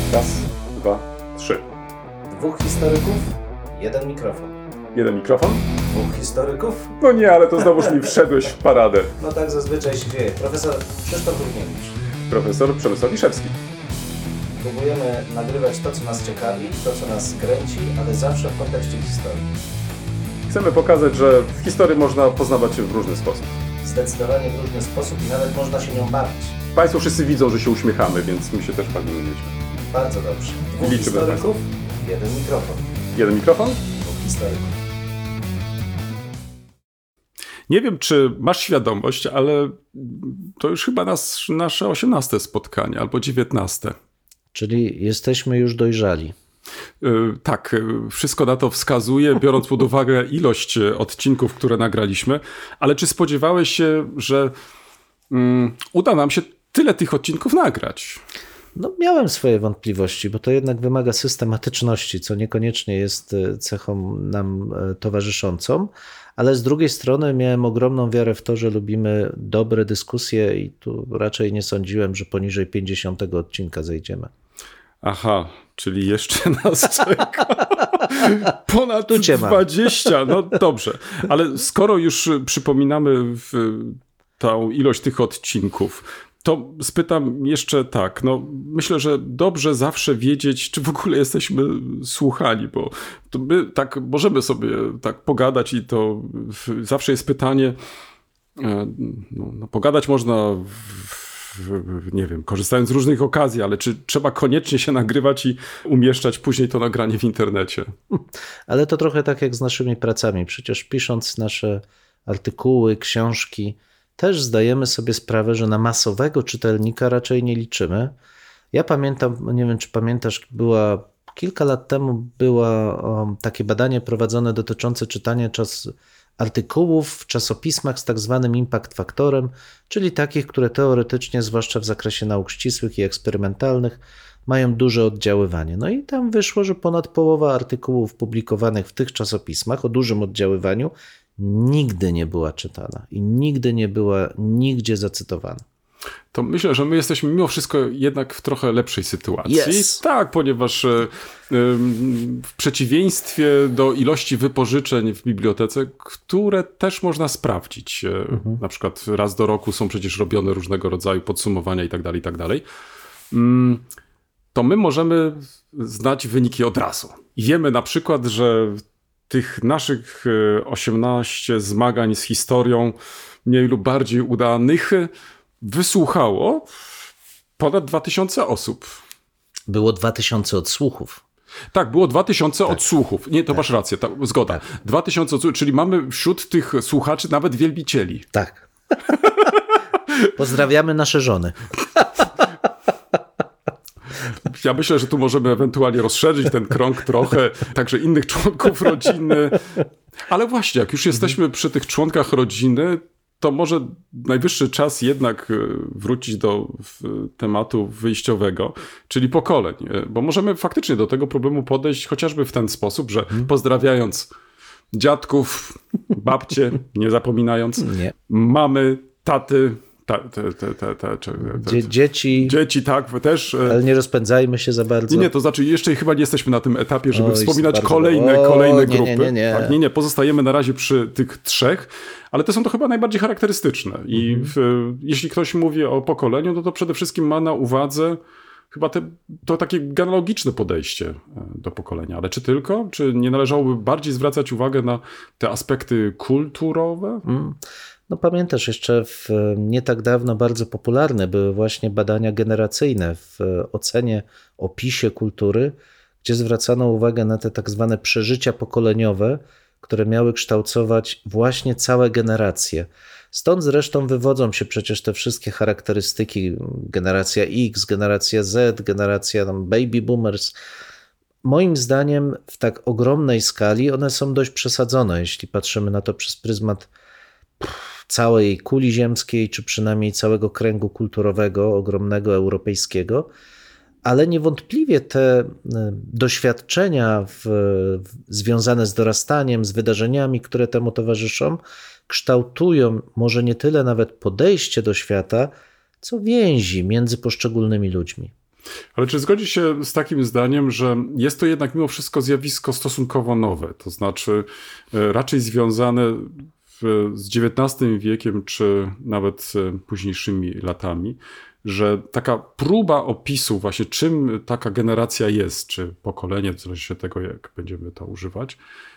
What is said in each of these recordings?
Raz, dwa, trzy. Dwóch historyków, jeden mikrofon. Jeden mikrofon? Dwóch historyków? No nie, ale to znowuż mi wszedłeś w paradę. No tak zazwyczaj się dzieje. Profesor Krzysztof Równiewicz. Profesor Przemysław Wiszewski. Próbujemy nagrywać to, co nas ciekawi, to, co nas kręci, ale zawsze w kontekście historii. Chcemy pokazać, że w historii można poznawać się w różny sposób. Zdecydowanie w różny sposób i nawet można się nią bawić. Państwo wszyscy widzą, że się uśmiechamy, więc my się też bawimy dziećmi. Bardzo dobrze. Dwóch Liczymy historyków, jeden mikrofon. Jeden mikrofon? Dwóch historyków. Nie wiem, czy masz świadomość, ale to już chyba nasze 18 spotkanie, albo 19. Czyli jesteśmy już dojrzali. Tak, wszystko na to wskazuje, biorąc pod uwagę ilość odcinków, które nagraliśmy. Ale czy spodziewałeś się, że uda nam się tyle tych odcinków nagrać? No, miałem swoje wątpliwości, bo to jednak wymaga systematyczności, co niekoniecznie jest cechą nam towarzyszącą, ale z drugiej strony miałem ogromną wiarę w to, że lubimy dobre dyskusje i tu raczej nie sądziłem, że poniżej 50 odcinka zejdziemy. Aha, czyli jeszcze nas czeka ponad Tu cię 20. No dobrze, ale skoro już przypominamy tą ilość tych odcinków, to spytam jeszcze tak, no myślę, że dobrze zawsze wiedzieć, czy w ogóle jesteśmy słuchani, bo to my tak możemy sobie tak pogadać i to zawsze jest pytanie, no pogadać można nie wiem, korzystając z różnych okazji, ale czy trzeba koniecznie się nagrywać i umieszczać później to nagranie w internecie? Ale to trochę tak jak z naszymi pracami. Przecież pisząc nasze artykuły, książki, też zdajemy sobie sprawę, że na masowego czytelnika raczej nie liczymy. Ja pamiętam, nie wiem czy pamiętasz, kilka lat temu było takie badanie prowadzone dotyczące czytania artykułów w czasopismach z tak zwanym impact faktorem, czyli takich, które teoretycznie, zwłaszcza w zakresie nauk ścisłych i eksperymentalnych, mają duże oddziaływanie. No i tam wyszło, że ponad połowa artykułów publikowanych w tych czasopismach o dużym oddziaływaniu nigdy nie była czytana i nigdy nie była nigdzie zacytowana. To myślę, że my jesteśmy mimo wszystko jednak w trochę lepszej sytuacji. Yes. Tak, ponieważ w przeciwieństwie do ilości wypożyczeń w bibliotece, które też można sprawdzić, na przykład raz do roku są przecież robione różnego rodzaju podsumowania i tak dalej, to my możemy znać wyniki od razu. I wiemy na przykład, że tych naszych 18 zmagań z historią mniej lub bardziej udanych wysłuchało ponad 2000 osób. Było 2000 odsłuchów. Tak, było 2000 odsłuchów. Nie, to masz rację, zgoda. 2000 odsłuchów, czyli mamy wśród tych słuchaczy nawet wielbicieli. Tak. Pozdrawiamy nasze żony. Ja myślę, że tu możemy ewentualnie rozszerzyć ten krąg trochę, także innych członków rodziny. Ale właśnie, jak już jesteśmy przy tych członkach rodziny, to może najwyższy czas jednak wrócić do tematu wyjściowego, czyli pokoleń. Bo możemy faktycznie do tego problemu podejść chociażby w ten sposób, że pozdrawiając dziadków, babcie, nie zapominając, mamy, taty, dzieci, tak, też. Ale nie rozpędzajmy się za bardzo. Nie, to znaczy jeszcze chyba nie jesteśmy na tym etapie, żeby wspominać bardzo... kolejne grupy. Nie. Tak, nie, pozostajemy na razie przy tych 3, ale te są to chyba najbardziej charakterystyczne. I jeśli ktoś mówi o pokoleniu, no to przede wszystkim ma na uwadze chyba to takie genealogiczne podejście do pokolenia. Ale czy tylko? Czy nie należałoby bardziej zwracać uwagę na te aspekty kulturowe? No pamiętasz, jeszcze nie tak dawno bardzo popularne były właśnie badania generacyjne w ocenie, opisie kultury, gdzie zwracano uwagę na te tak zwane przeżycia pokoleniowe, które miały kształtować właśnie całe generacje. Stąd zresztą wywodzą się przecież te wszystkie charakterystyki, generacja X, generacja Z, generacja baby boomers. Moim zdaniem w tak ogromnej skali one są dość przesadzone, jeśli patrzymy na to przez pryzmat całej kuli ziemskiej, czy przynajmniej całego kręgu kulturowego, ogromnego europejskiego, ale niewątpliwie te doświadczenia związane z dorastaniem, z wydarzeniami, które temu towarzyszą, kształtują może nie tyle nawet podejście do świata, co więzi między poszczególnymi ludźmi. Ale czy zgodzisz się z takim zdaniem, że jest to jednak mimo wszystko zjawisko stosunkowo nowe, to znaczy raczej związane z XIX wiekiem, czy nawet późniejszymi latami, że taka próba opisu właśnie czym taka generacja jest, czy pokolenie, w zależności od tego, jak będziemy to używać,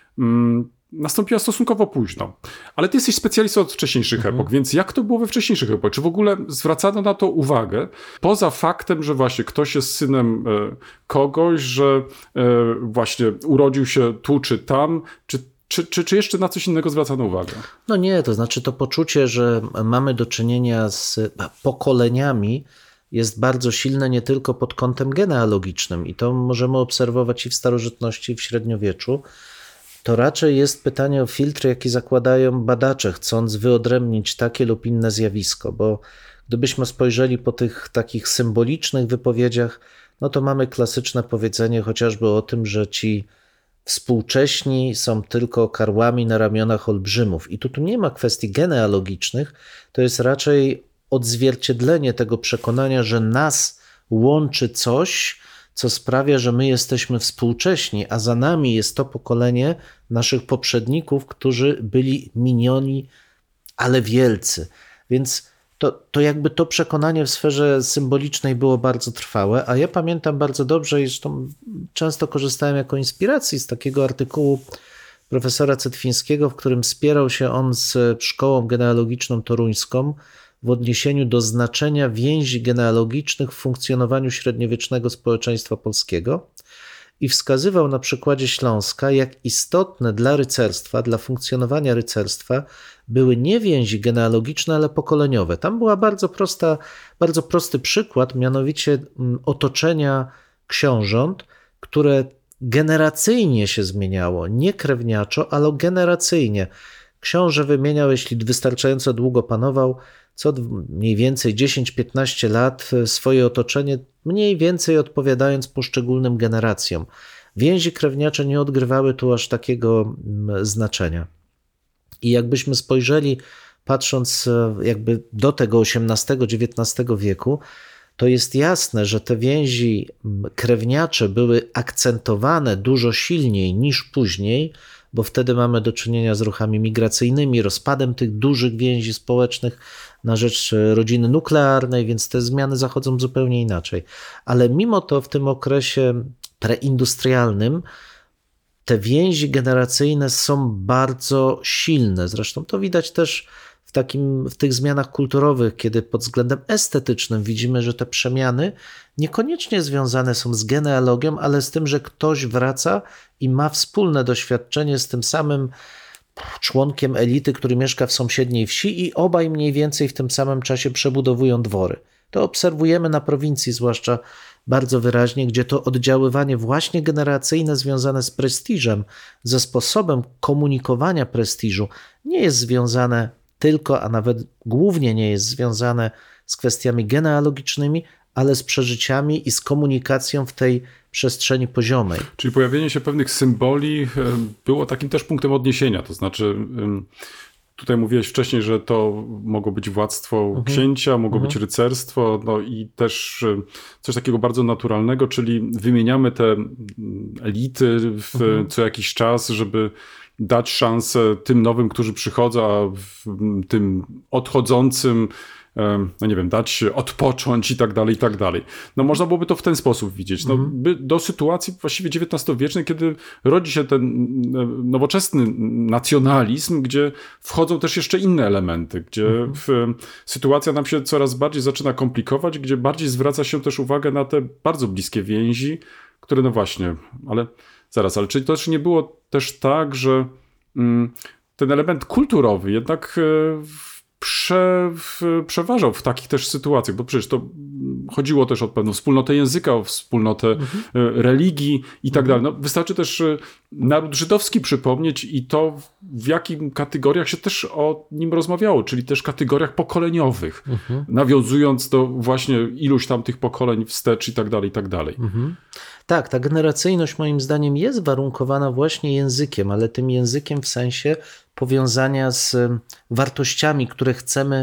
nastąpiła stosunkowo późno. Ale ty jesteś specjalistą od wcześniejszych epok, więc jak to było we wcześniejszych epokach? Czy w ogóle zwracano na to uwagę? Poza faktem, że właśnie ktoś jest synem kogoś, że właśnie urodził się tu czy tam, czy jeszcze na coś innego zwracano uwagę? No nie, to znaczy to poczucie, że mamy do czynienia z pokoleniami, jest bardzo silne nie tylko pod kątem genealogicznym i to możemy obserwować i w starożytności, i w średniowieczu. To raczej jest pytanie o filtry, jakie zakładają badacze, chcąc wyodrębnić takie lub inne zjawisko, bo gdybyśmy spojrzeli po tych takich symbolicznych wypowiedziach, no to mamy klasyczne powiedzenie chociażby o tym, że ci współcześni są tylko karłami na ramionach olbrzymów. I tu nie ma kwestii genealogicznych, to jest raczej odzwierciedlenie tego przekonania, że nas łączy coś, co sprawia, że my jesteśmy współcześni, a za nami jest to pokolenie naszych poprzedników, którzy byli minioni, ale wielcy. Więc to jakby to przekonanie w sferze symbolicznej było bardzo trwałe, a ja pamiętam bardzo dobrze, zresztą często korzystałem jako inspiracji z takiego artykułu profesora Cetwińskiego, w którym spierał się on z szkołą genealogiczną toruńską w odniesieniu do znaczenia więzi genealogicznych w funkcjonowaniu średniowiecznego społeczeństwa polskiego i wskazywał na przykładzie Śląska, jak istotne dla rycerstwa, dla funkcjonowania rycerstwa były nie więzi genealogiczne, ale pokoleniowe. Tam była bardzo prosty przykład, mianowicie otoczenia książąt, które generacyjnie się zmieniało, nie krewniaczo, ale generacyjnie. Książę wymieniał, jeśli wystarczająco długo panował, co mniej więcej 10-15 lat swoje otoczenie, mniej więcej odpowiadając poszczególnym generacjom. Więzi krewniacze nie odgrywały tu aż takiego znaczenia. I jakbyśmy spojrzeli, patrząc jakby do tego XVIII-XIX wieku, to jest jasne, że te więzi krewniacze były akcentowane dużo silniej niż później, bo wtedy mamy do czynienia z ruchami migracyjnymi, rozpadem tych dużych więzi społecznych na rzecz rodziny nuklearnej, więc te zmiany zachodzą zupełnie inaczej. Ale mimo to w tym okresie preindustrialnym te więzi generacyjne są bardzo silne. Zresztą to widać też w tych zmianach kulturowych, kiedy pod względem estetycznym widzimy, że te przemiany niekoniecznie związane są z genealogią, ale z tym, że ktoś wraca i ma wspólne doświadczenie z tym samym członkiem elity, który mieszka w sąsiedniej wsi i obaj mniej więcej w tym samym czasie przebudowują dwory. To obserwujemy na prowincji zwłaszcza bardzo wyraźnie, gdzie to oddziaływanie właśnie generacyjne związane z prestiżem, ze sposobem komunikowania prestiżu nie jest związane tylko, a nawet głównie nie jest związane z kwestiami genealogicznymi, ale z przeżyciami i z komunikacją w tej przestrzeni poziomej. Czyli pojawienie się pewnych symboli było takim też punktem odniesienia, to znaczy tutaj mówiłeś wcześniej, że to mogło być władztwo księcia, mogło być rycerstwo, no i też coś takiego bardzo naturalnego, czyli wymieniamy te elity co jakiś czas, żeby dać szansę tym nowym, którzy przychodzą, a tym odchodzącym, no nie wiem, dać odpocząć i tak dalej, i tak dalej. No można byłoby to w ten sposób widzieć. No, do sytuacji właściwie XIX-wiecznej, kiedy rodzi się ten nowoczesny nacjonalizm, gdzie wchodzą też jeszcze inne elementy, gdzie sytuacja nam się coraz bardziej zaczyna komplikować, gdzie bardziej zwraca się też uwagę na te bardzo bliskie więzi, które no właśnie, ale czy to też nie było też tak, że ten element kulturowy jednak przeważał w takich też sytuacjach, bo przecież to chodziło też o pewną wspólnotę języka, o wspólnotę religii i tak dalej. No, wystarczy też naród żydowski przypomnieć i to, w jakim kategoriach się też o nim rozmawiało, czyli też kategoriach pokoleniowych, nawiązując do właśnie iluś tam tych pokoleń wstecz i tak dalej, i tak dalej. Tak, ta generacyjność moim zdaniem jest warunkowana właśnie językiem, ale tym językiem w sensie powiązania z wartościami, które chcemy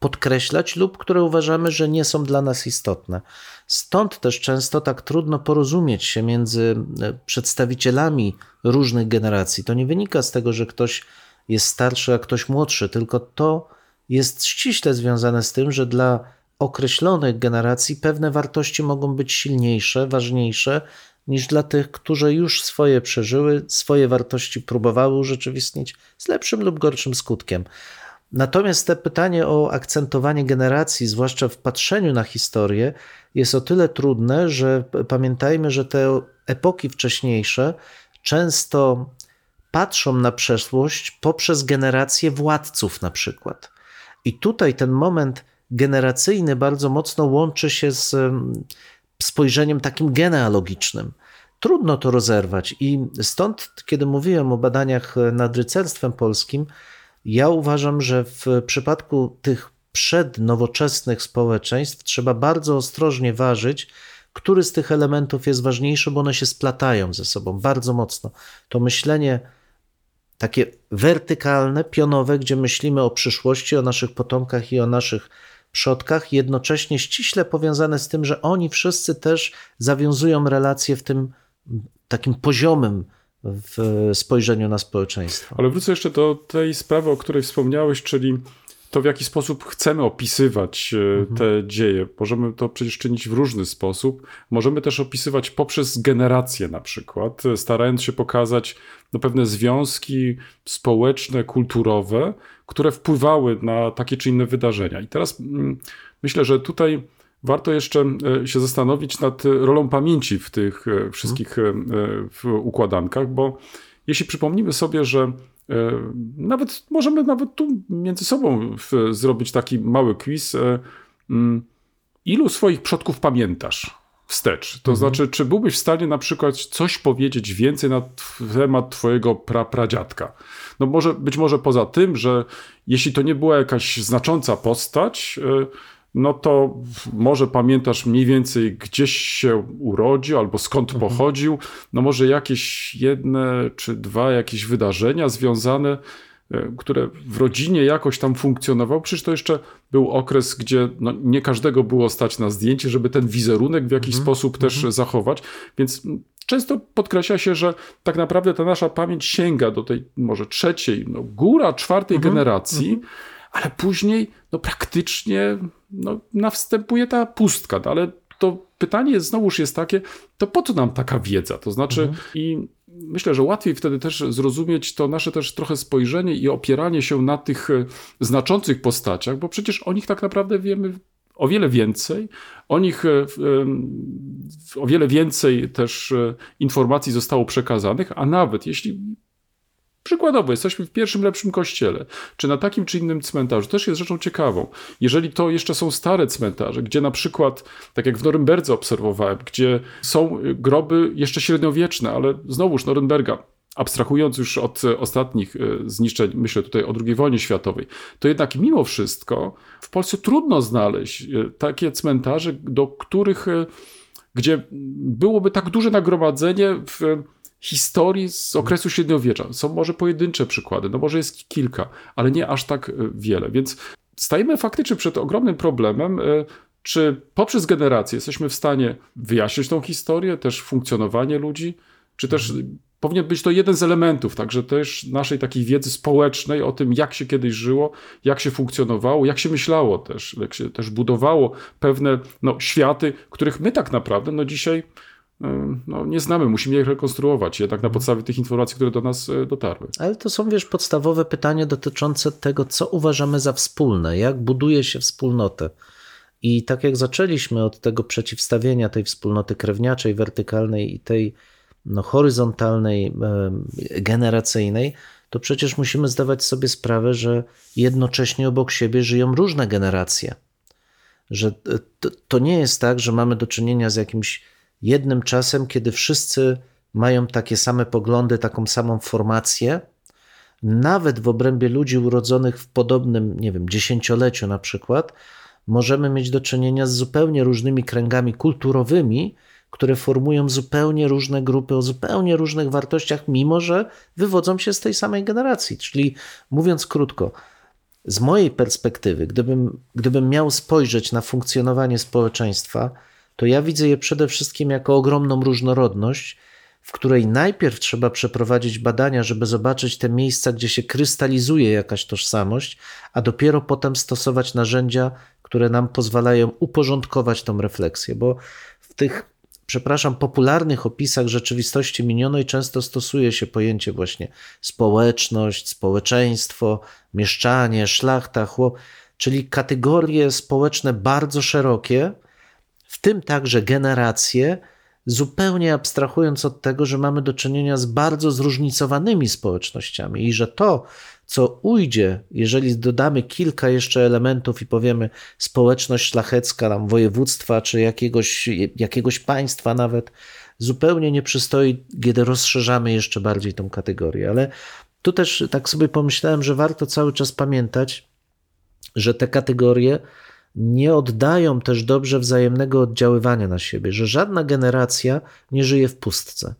podkreślać lub które uważamy, że nie są dla nas istotne. Stąd też często tak trudno porozumieć się między przedstawicielami różnych generacji. To nie wynika z tego, że ktoś jest starszy, a ktoś młodszy, tylko to jest ściśle związane z tym, że dla określonych generacji pewne wartości mogą być silniejsze, ważniejsze niż dla tych, którzy już swoje przeżyły, swoje wartości próbowały urzeczywistnić z lepszym lub gorszym skutkiem. Natomiast to pytanie o akcentowanie generacji, zwłaszcza w patrzeniu na historię, jest o tyle trudne, że pamiętajmy, że te epoki wcześniejsze często patrzą na przeszłość poprzez generacje władców na przykład. I tutaj ten moment generacyjny bardzo mocno łączy się z spojrzeniem takim genealogicznym. Trudno to rozerwać i stąd, kiedy mówiłem o badaniach nad rycerstwem polskim, ja uważam, że w przypadku tych przednowoczesnych społeczeństw trzeba bardzo ostrożnie ważyć, który z tych elementów jest ważniejszy, bo one się splatają ze sobą bardzo mocno. To myślenie takie wertykalne, pionowe, gdzie myślimy o przyszłości, o naszych potomkach i o naszych przodkach, jednocześnie ściśle powiązane z tym, że oni wszyscy też zawiązują relacje w tym takim poziomym w spojrzeniu na społeczeństwo. Ale wrócę jeszcze do tej sprawy, o której wspomniałeś, czyli to, w jaki sposób chcemy opisywać te dzieje. Możemy to przecież czynić w różny sposób. Możemy też opisywać poprzez generacje na przykład, starając się pokazać pewne związki społeczne, kulturowe, które wpływały na takie czy inne wydarzenia. I teraz myślę, że tutaj warto jeszcze się zastanowić nad rolą pamięci w tych wszystkich układankach, bo jeśli przypomnimy sobie, że możemy tu między sobą zrobić taki mały quiz. Ilu swoich przodków pamiętasz wstecz? To znaczy, czy byłbyś w stanie na przykład coś powiedzieć więcej na temat twojego pradziadka? Być może poza tym, że jeśli to nie była jakaś znacząca postać, no to może pamiętasz mniej więcej gdzieś się urodził albo skąd pochodził, może jakieś jedne czy dwa jakieś wydarzenia związane, które w rodzinie jakoś tam funkcjonowały. Przecież to jeszcze był okres, gdzie nie każdego było stać na zdjęcie, żeby ten wizerunek w jakiś sposób też zachować, więc często podkreśla się, że tak naprawdę ta nasza pamięć sięga do tej może trzeciej, góra czwartej generacji, ale później praktycznie następuje ta pustka. Ale to pytanie znowuż jest takie, to po co nam taka wiedza? To znaczy i myślę, że łatwiej wtedy też zrozumieć to nasze też trochę spojrzenie i opieranie się na tych znaczących postaciach, bo przecież o nich tak naprawdę wiemy o wiele więcej. O nich o wiele więcej też informacji zostało przekazanych, a nawet jeśli przykładowo jesteśmy w pierwszym lepszym kościele, czy na takim czy innym cmentarzu, też jest rzeczą ciekawą. Jeżeli to jeszcze są stare cmentarze, gdzie na przykład, tak jak w Norymberdze obserwowałem, gdzie są groby jeszcze średniowieczne, ale znowuż Norymberga, abstrahując już od ostatnich zniszczeń, myślę tutaj o II wojnie światowej, to jednak mimo wszystko w Polsce trudno znaleźć takie cmentarze, do których, gdzie byłoby tak duże nagromadzenie w historii z okresu średniowiecza. Są może pojedyncze przykłady, może jest kilka, ale nie aż tak wiele. Więc stajemy faktycznie przed ogromnym problemem, czy poprzez generacje jesteśmy w stanie wyjaśnić tą historię, też funkcjonowanie ludzi, czy też powinien być to jeden z elementów, także też naszej takiej wiedzy społecznej o tym, jak się kiedyś żyło, jak się funkcjonowało, jak się myślało też, jak się też budowało pewne światy, których my tak naprawdę dzisiaj nie znamy, musimy je rekonstruować jednak na podstawie tych informacji, które do nas dotarły. Ale to są, podstawowe pytania dotyczące tego, co uważamy za wspólne, jak buduje się wspólnotę. I tak jak zaczęliśmy od tego przeciwstawienia tej wspólnoty krewniaczej, wertykalnej i tej horyzontalnej, generacyjnej, to przecież musimy zdawać sobie sprawę, że jednocześnie obok siebie żyją różne generacje. Że to nie jest tak, że mamy do czynienia z jakimś jednym czasem, kiedy wszyscy mają takie same poglądy, taką samą formację. Nawet w obrębie ludzi urodzonych w podobnym, dziesięcioleciu na przykład, możemy mieć do czynienia z zupełnie różnymi kręgami kulturowymi, które formują zupełnie różne grupy o zupełnie różnych wartościach, mimo że wywodzą się z tej samej generacji. Czyli mówiąc krótko, z mojej perspektywy, gdybym miał spojrzeć na funkcjonowanie społeczeństwa, to ja widzę je przede wszystkim jako ogromną różnorodność, w której najpierw trzeba przeprowadzić badania, żeby zobaczyć te miejsca, gdzie się krystalizuje jakaś tożsamość, a dopiero potem stosować narzędzia, które nam pozwalają uporządkować tą refleksję, bo w tych, popularnych opisach rzeczywistości minionej często stosuje się pojęcie właśnie społeczność, społeczeństwo, mieszczanie, szlachta, chłop, czyli kategorie społeczne bardzo szerokie, w tym także generacje, zupełnie abstrahując od tego, że mamy do czynienia z bardzo zróżnicowanymi społecznościami i że to, co ujdzie, jeżeli dodamy kilka jeszcze elementów i powiemy społeczność szlachecka, tam województwa czy jakiegoś państwa nawet, zupełnie nie przystoi, kiedy rozszerzamy jeszcze bardziej tą kategorię. Ale tu też tak sobie pomyślałem, że warto cały czas pamiętać, że te kategorie nie oddają też dobrze wzajemnego oddziaływania na siebie, że żadna generacja nie żyje w pustce.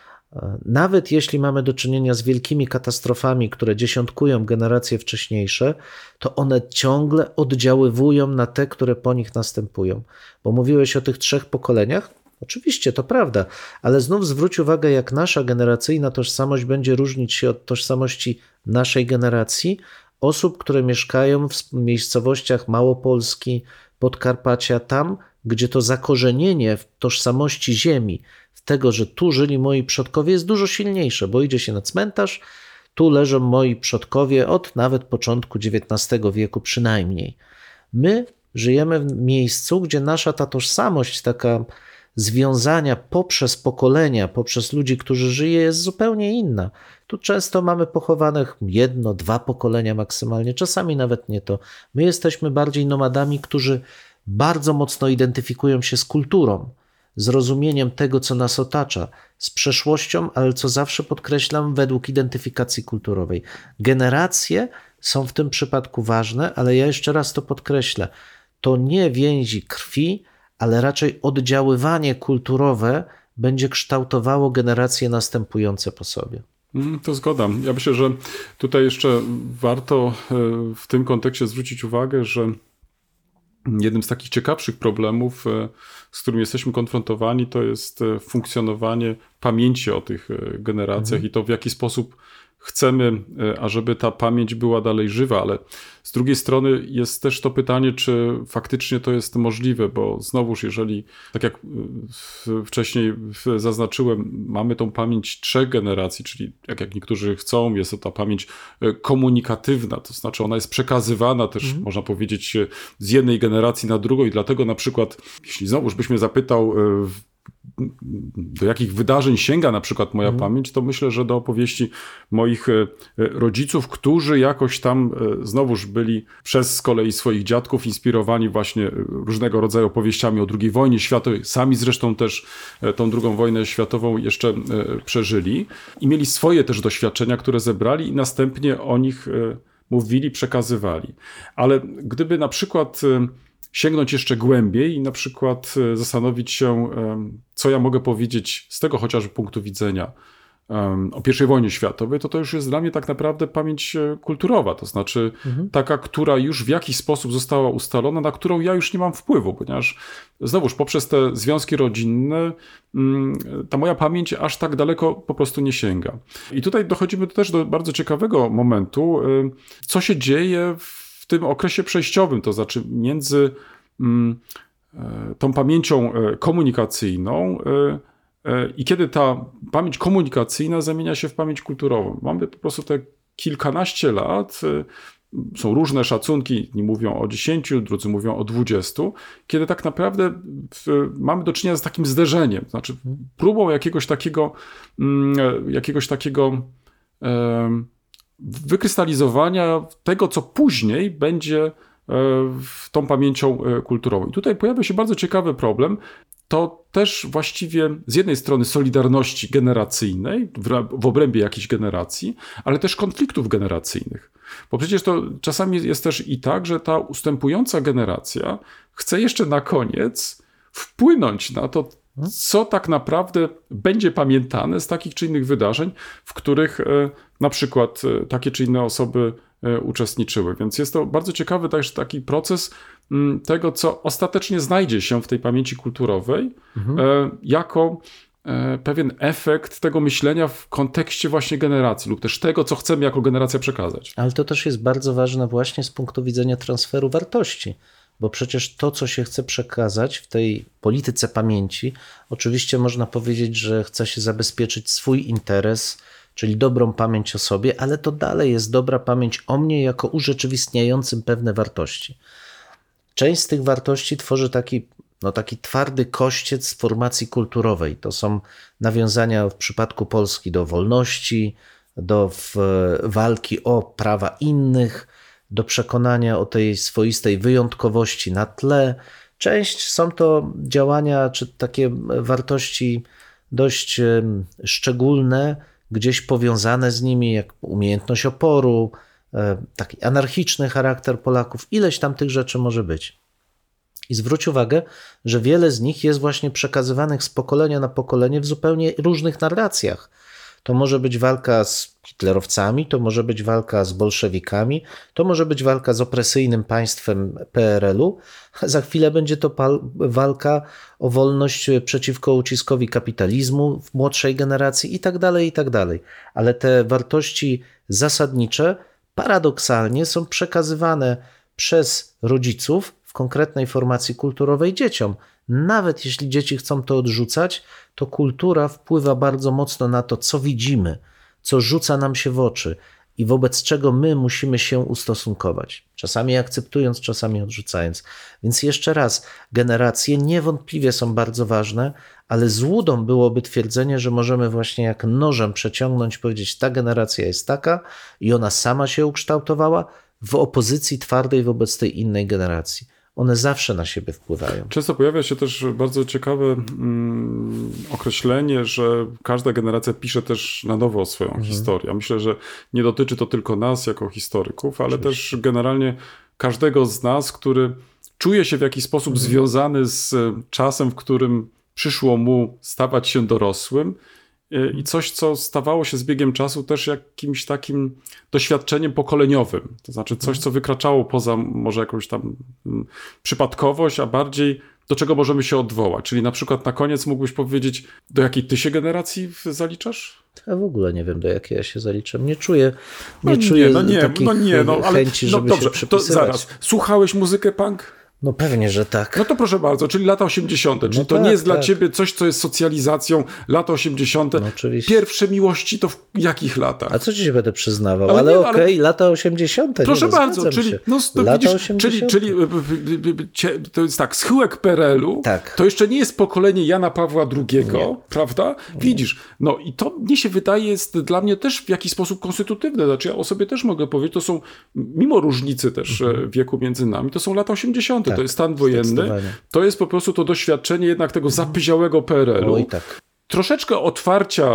Nawet jeśli mamy do czynienia z wielkimi katastrofami, które dziesiątkują generacje wcześniejsze, to one ciągle oddziaływują na te, które po nich następują. Bo mówiłeś o tych 3 pokoleniach? Oczywiście, to prawda, ale znów zwróć uwagę, jak nasza generacyjna tożsamość będzie różnić się od tożsamości naszej generacji, osób, które mieszkają w miejscowościach Małopolski, Podkarpacia, tam, gdzie to zakorzenienie w tożsamości ziemi, w tego, że tu żyli moi przodkowie, jest dużo silniejsze, bo idzie się na cmentarz, tu leżą moi przodkowie od nawet początku XIX wieku przynajmniej. My żyjemy w miejscu, gdzie nasza ta tożsamość, taka związania poprzez pokolenia, poprzez ludzi, którzy żyją, jest zupełnie inna. Tu często mamy pochowanych 1, 2 pokolenia maksymalnie, czasami nawet nie to. My jesteśmy bardziej nomadami, którzy bardzo mocno identyfikują się z kulturą, z rozumieniem tego, co nas otacza, z przeszłością, ale co zawsze podkreślam, według identyfikacji kulturowej. Generacje są w tym przypadku ważne, ale ja jeszcze raz to podkreślę. To nie więzi krwi, ale raczej oddziaływanie kulturowe będzie kształtowało generacje następujące po sobie. To zgoda. Ja myślę, że tutaj jeszcze warto w tym kontekście zwrócić uwagę, że jednym z takich ciekawszych problemów, z którym jesteśmy konfrontowani, to jest funkcjonowanie pamięci o tych generacjach i to, w jaki sposób chcemy, ażeby ta pamięć była dalej żywa, ale z drugiej strony jest też to pytanie, czy faktycznie to jest możliwe, bo znowuż, jeżeli, tak jak wcześniej zaznaczyłem, mamy tą pamięć 3 generacji, czyli jak niektórzy chcą, jest to ta pamięć komunikatywna, to znaczy ona jest przekazywana też, można powiedzieć, z jednej generacji na drugą i dlatego na przykład, jeśli znowuż byśmy zapytał, do jakich wydarzeń sięga na przykład moja pamięć, to myślę, że do opowieści moich rodziców, którzy jakoś tam znowuż byli przez z kolei swoich dziadków inspirowani właśnie różnego rodzaju opowieściami o II wojnie światowej. Sami zresztą też tą II wojnę światową jeszcze przeżyli i mieli swoje też doświadczenia, które zebrali i następnie o nich mówili, przekazywali. Ale gdyby na przykład sięgnąć jeszcze głębiej i na przykład zastanowić się, co ja mogę powiedzieć z tego chociażby punktu widzenia o I wojnie światowej, to już jest dla mnie tak naprawdę pamięć kulturowa, to znaczy taka, która już w jakiś sposób została ustalona, na którą ja już nie mam wpływu, ponieważ znowuż poprzez te związki rodzinne ta moja pamięć aż tak daleko po prostu nie sięga. I tutaj dochodzimy też do bardzo ciekawego momentu, co się dzieje w tym okresie przejściowym, to znaczy między tą pamięcią komunikacyjną i kiedy ta pamięć komunikacyjna zamienia się w pamięć kulturową. Mamy po prostu te kilkanaście lat, są różne szacunki, jedni mówią o 10, drudzy mówią o 20, kiedy tak naprawdę mamy do czynienia z takim zderzeniem, znaczy próbą jakiegoś takiego wykrystalizowania tego, co później będzie tą pamięcią kulturową. I tutaj pojawia się bardzo ciekawy problem. To też właściwie z jednej strony solidarności generacyjnej w obrębie jakiejś generacji, ale też konfliktów generacyjnych. Bo przecież to czasami jest też i tak, że ta ustępująca generacja chce jeszcze na koniec wpłynąć na to, co tak naprawdę będzie pamiętane z takich czy innych wydarzeń, w których na przykład takie czy inne osoby uczestniczyły. Więc jest to bardzo ciekawy też taki proces tego, co ostatecznie znajdzie się w tej pamięci kulturowej jako pewien efekt tego myślenia w kontekście właśnie generacji lub też tego, co chcemy jako generacja przekazać. Ale to też jest bardzo ważne właśnie z punktu widzenia transferu wartości, bo przecież to, co się chce przekazać w tej polityce pamięci, oczywiście można powiedzieć, że chce się zabezpieczyć swój interes, czyli dobrą pamięć o sobie, ale to dalej jest dobra pamięć o mnie jako urzeczywistniającym pewne wartości. Część z tych wartości tworzy taki twardy kościec formacji kulturowej. To są nawiązania w przypadku Polski do wolności, do walki o prawa innych, do przekonania o tej swoistej wyjątkowości na tle. Część są to działania czy takie wartości dość szczególne, gdzieś powiązane z nimi, jak umiejętność oporu, taki anarchiczny charakter Polaków. Ileś tam tych rzeczy może być. I zwróć uwagę, że wiele z nich jest właśnie przekazywanych z pokolenia na pokolenie w zupełnie różnych narracjach. To może być walka z hitlerowcami, to może być walka z bolszewikami, to może być walka z opresyjnym państwem PRL-u, a za chwilę będzie to walka o wolność przeciwko uciskowi kapitalizmu w młodszej generacji i tak dalej, i tak dalej. Ale te wartości zasadnicze paradoksalnie są przekazywane przez rodziców w konkretnej formacji kulturowej dzieciom. Nawet jeśli dzieci chcą to odrzucać, to kultura wpływa bardzo mocno na to, co widzimy, co rzuca nam się w oczy i wobec czego my musimy się ustosunkować. Czasami akceptując, czasami odrzucając. Więc jeszcze raz, generacje niewątpliwie są bardzo ważne, ale złudą byłoby twierdzenie, że możemy właśnie jak nożem przeciągnąć, powiedzieć, ta generacja jest taka i ona sama się ukształtowała w opozycji twardej wobec tej innej generacji. One zawsze na siebie wpływają. Często pojawia się też bardzo ciekawe określenie, że każda generacja pisze też na nowo swoją historię. Myślę, że nie dotyczy to tylko nas jako historyków, ale też generalnie każdego z nas, który czuje się w jakiś sposób związany z czasem, w którym przyszło mu stawać się dorosłym i coś, co stawało się z biegiem czasu też jakimś takim doświadczeniem pokoleniowym. To znaczy coś, co wykraczało poza może jakąś tam przypadkowość, a bardziej do czego możemy się odwołać. Czyli na przykład na koniec mógłbyś powiedzieć, do jakiej ty się generacji zaliczasz? Ja w ogóle nie wiem, do jakiej ja się zaliczam. Nie czuję chęci, żeby się przypisywać. To zaraz. Słuchałeś muzykę punk? No pewnie, że tak. No to proszę bardzo, czyli lata 80. Czyli to nie jest dla ciebie coś, co jest socjalizacją, lata 80. No oczywiście. Pierwsze miłości to w jakich latach? A co ci się będę przyznawał? Ale okej, lata 80. Proszę bardzo, czyli, lata widzisz, 80. czyli to jest tak, schyłek PRL-u, to jeszcze nie jest pokolenie Jana Pawła II, prawda? Widzisz, no i to mnie się wydaje jest dla mnie też w jakiś sposób konstytutywne. Znaczy ja o sobie też mogę powiedzieć, to są, mimo różnicy też wieku między nami, to są lata 80. To jest stan wojenny, to jest po prostu to doświadczenie jednak tego zapyziałego PRL-u. Oj, tak. Troszeczkę otwarcia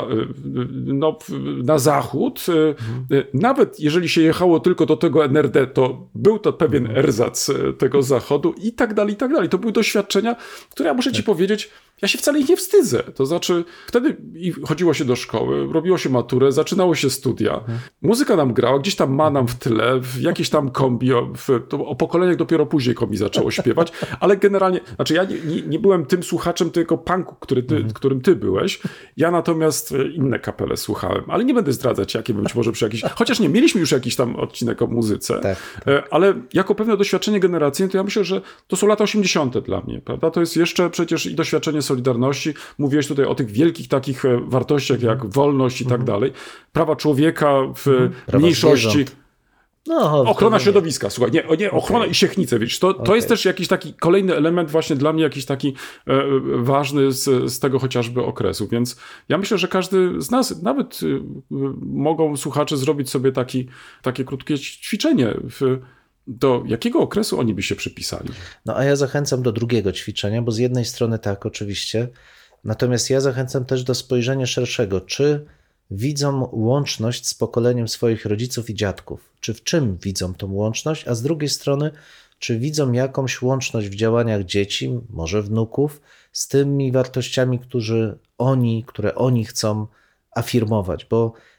na zachód, nawet jeżeli się jechało tylko do tego NRD, to był to pewien erzac tego zachodu i tak dalej, i tak dalej. To były doświadczenia, które ja muszę ci powiedzieć, ja się wcale ich nie wstydzę. To znaczy, wtedy chodziło się do szkoły, robiło się maturę, zaczynało się studia. Muzyka nam grała, gdzieś tam ma nam w tle, w jakieś tam kombi, o pokoleniach dopiero później kombi zaczęło śpiewać, ale generalnie, znaczy ja nie byłem tym słuchaczem tylko punku, którym ty byłeś. Ja natomiast inne kapele słuchałem, ale nie będę zdradzać, jakie być może przy jakiś... Chociaż nie, mieliśmy już jakiś tam odcinek o muzyce, ale jako pewne doświadczenie generacyjne, to ja myślę, że to są lata 80. dla mnie, prawda? To jest jeszcze przecież i doświadczenie Solidarności. Mówiłeś tutaj o tych wielkich takich wartościach jak wolność i tak dalej. Prawa człowieka w mniejszości. Zwierząt. Ochrona środowiska, słuchaj, nie ochrona i siechnice, wiesz, to jest też jakiś taki kolejny element właśnie dla mnie, jakiś taki ważny z tego chociażby okresu, więc ja myślę, że każdy z nas, nawet mogą słuchacze zrobić sobie takie krótkie ćwiczenie do jakiego okresu oni by się przypisali? No a ja zachęcam do drugiego ćwiczenia, bo z jednej strony tak, oczywiście, natomiast ja zachęcam też do spojrzenia szerszego, czy widzą łączność z pokoleniem swoich rodziców i dziadków, czy w czym widzą tą łączność, a z drugiej strony, czy widzą jakąś łączność w działaniach dzieci, może wnuków, z tymi wartościami, które oni chcą afirmować, bo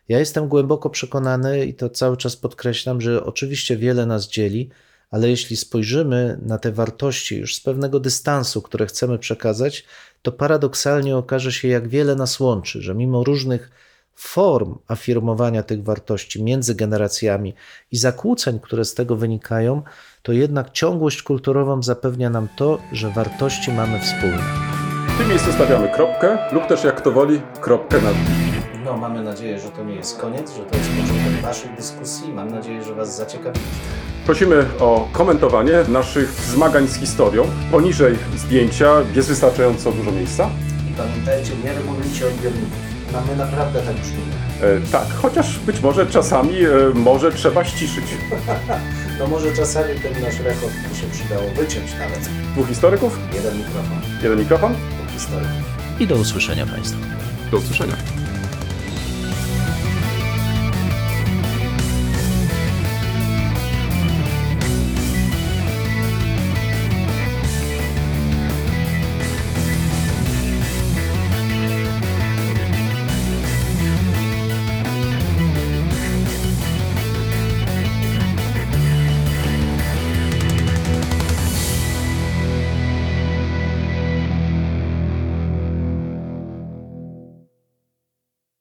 Ja jestem głęboko przekonany i to cały czas podkreślam, że oczywiście wiele nas dzieli, ale jeśli spojrzymy na te wartości już z pewnego dystansu, które chcemy przekazać, to paradoksalnie okaże się, jak wiele nas łączy, że mimo różnych form afirmowania tych wartości między generacjami i zakłóceń, które z tego wynikają, to jednak ciągłość kulturową zapewnia nam to, że wartości mamy wspólne. W tym miejscu stawiamy kropkę lub też jak kto woli kropkę nad i. No, mamy nadzieję, że to nie jest koniec, że to jest początek naszych dyskusji. Mam nadzieję, że Was zaciekawiliśmy. Prosimy o komentowanie naszych zmagań z historią. Poniżej zdjęcia jest wystarczająco dużo miejsca. I pamiętajcie, nie regulujcie odbiorników. My naprawdę tak brzmimy. Tak, chociaż być może czasami może trzeba ściszyć. No może czasami ten nasz rekord by się przydało wyciąć nawet. 2 historyków, Jeden mikrofon, 1 mikrofon. 2 historyków. I do usłyszenia Państwu. Do usłyszenia.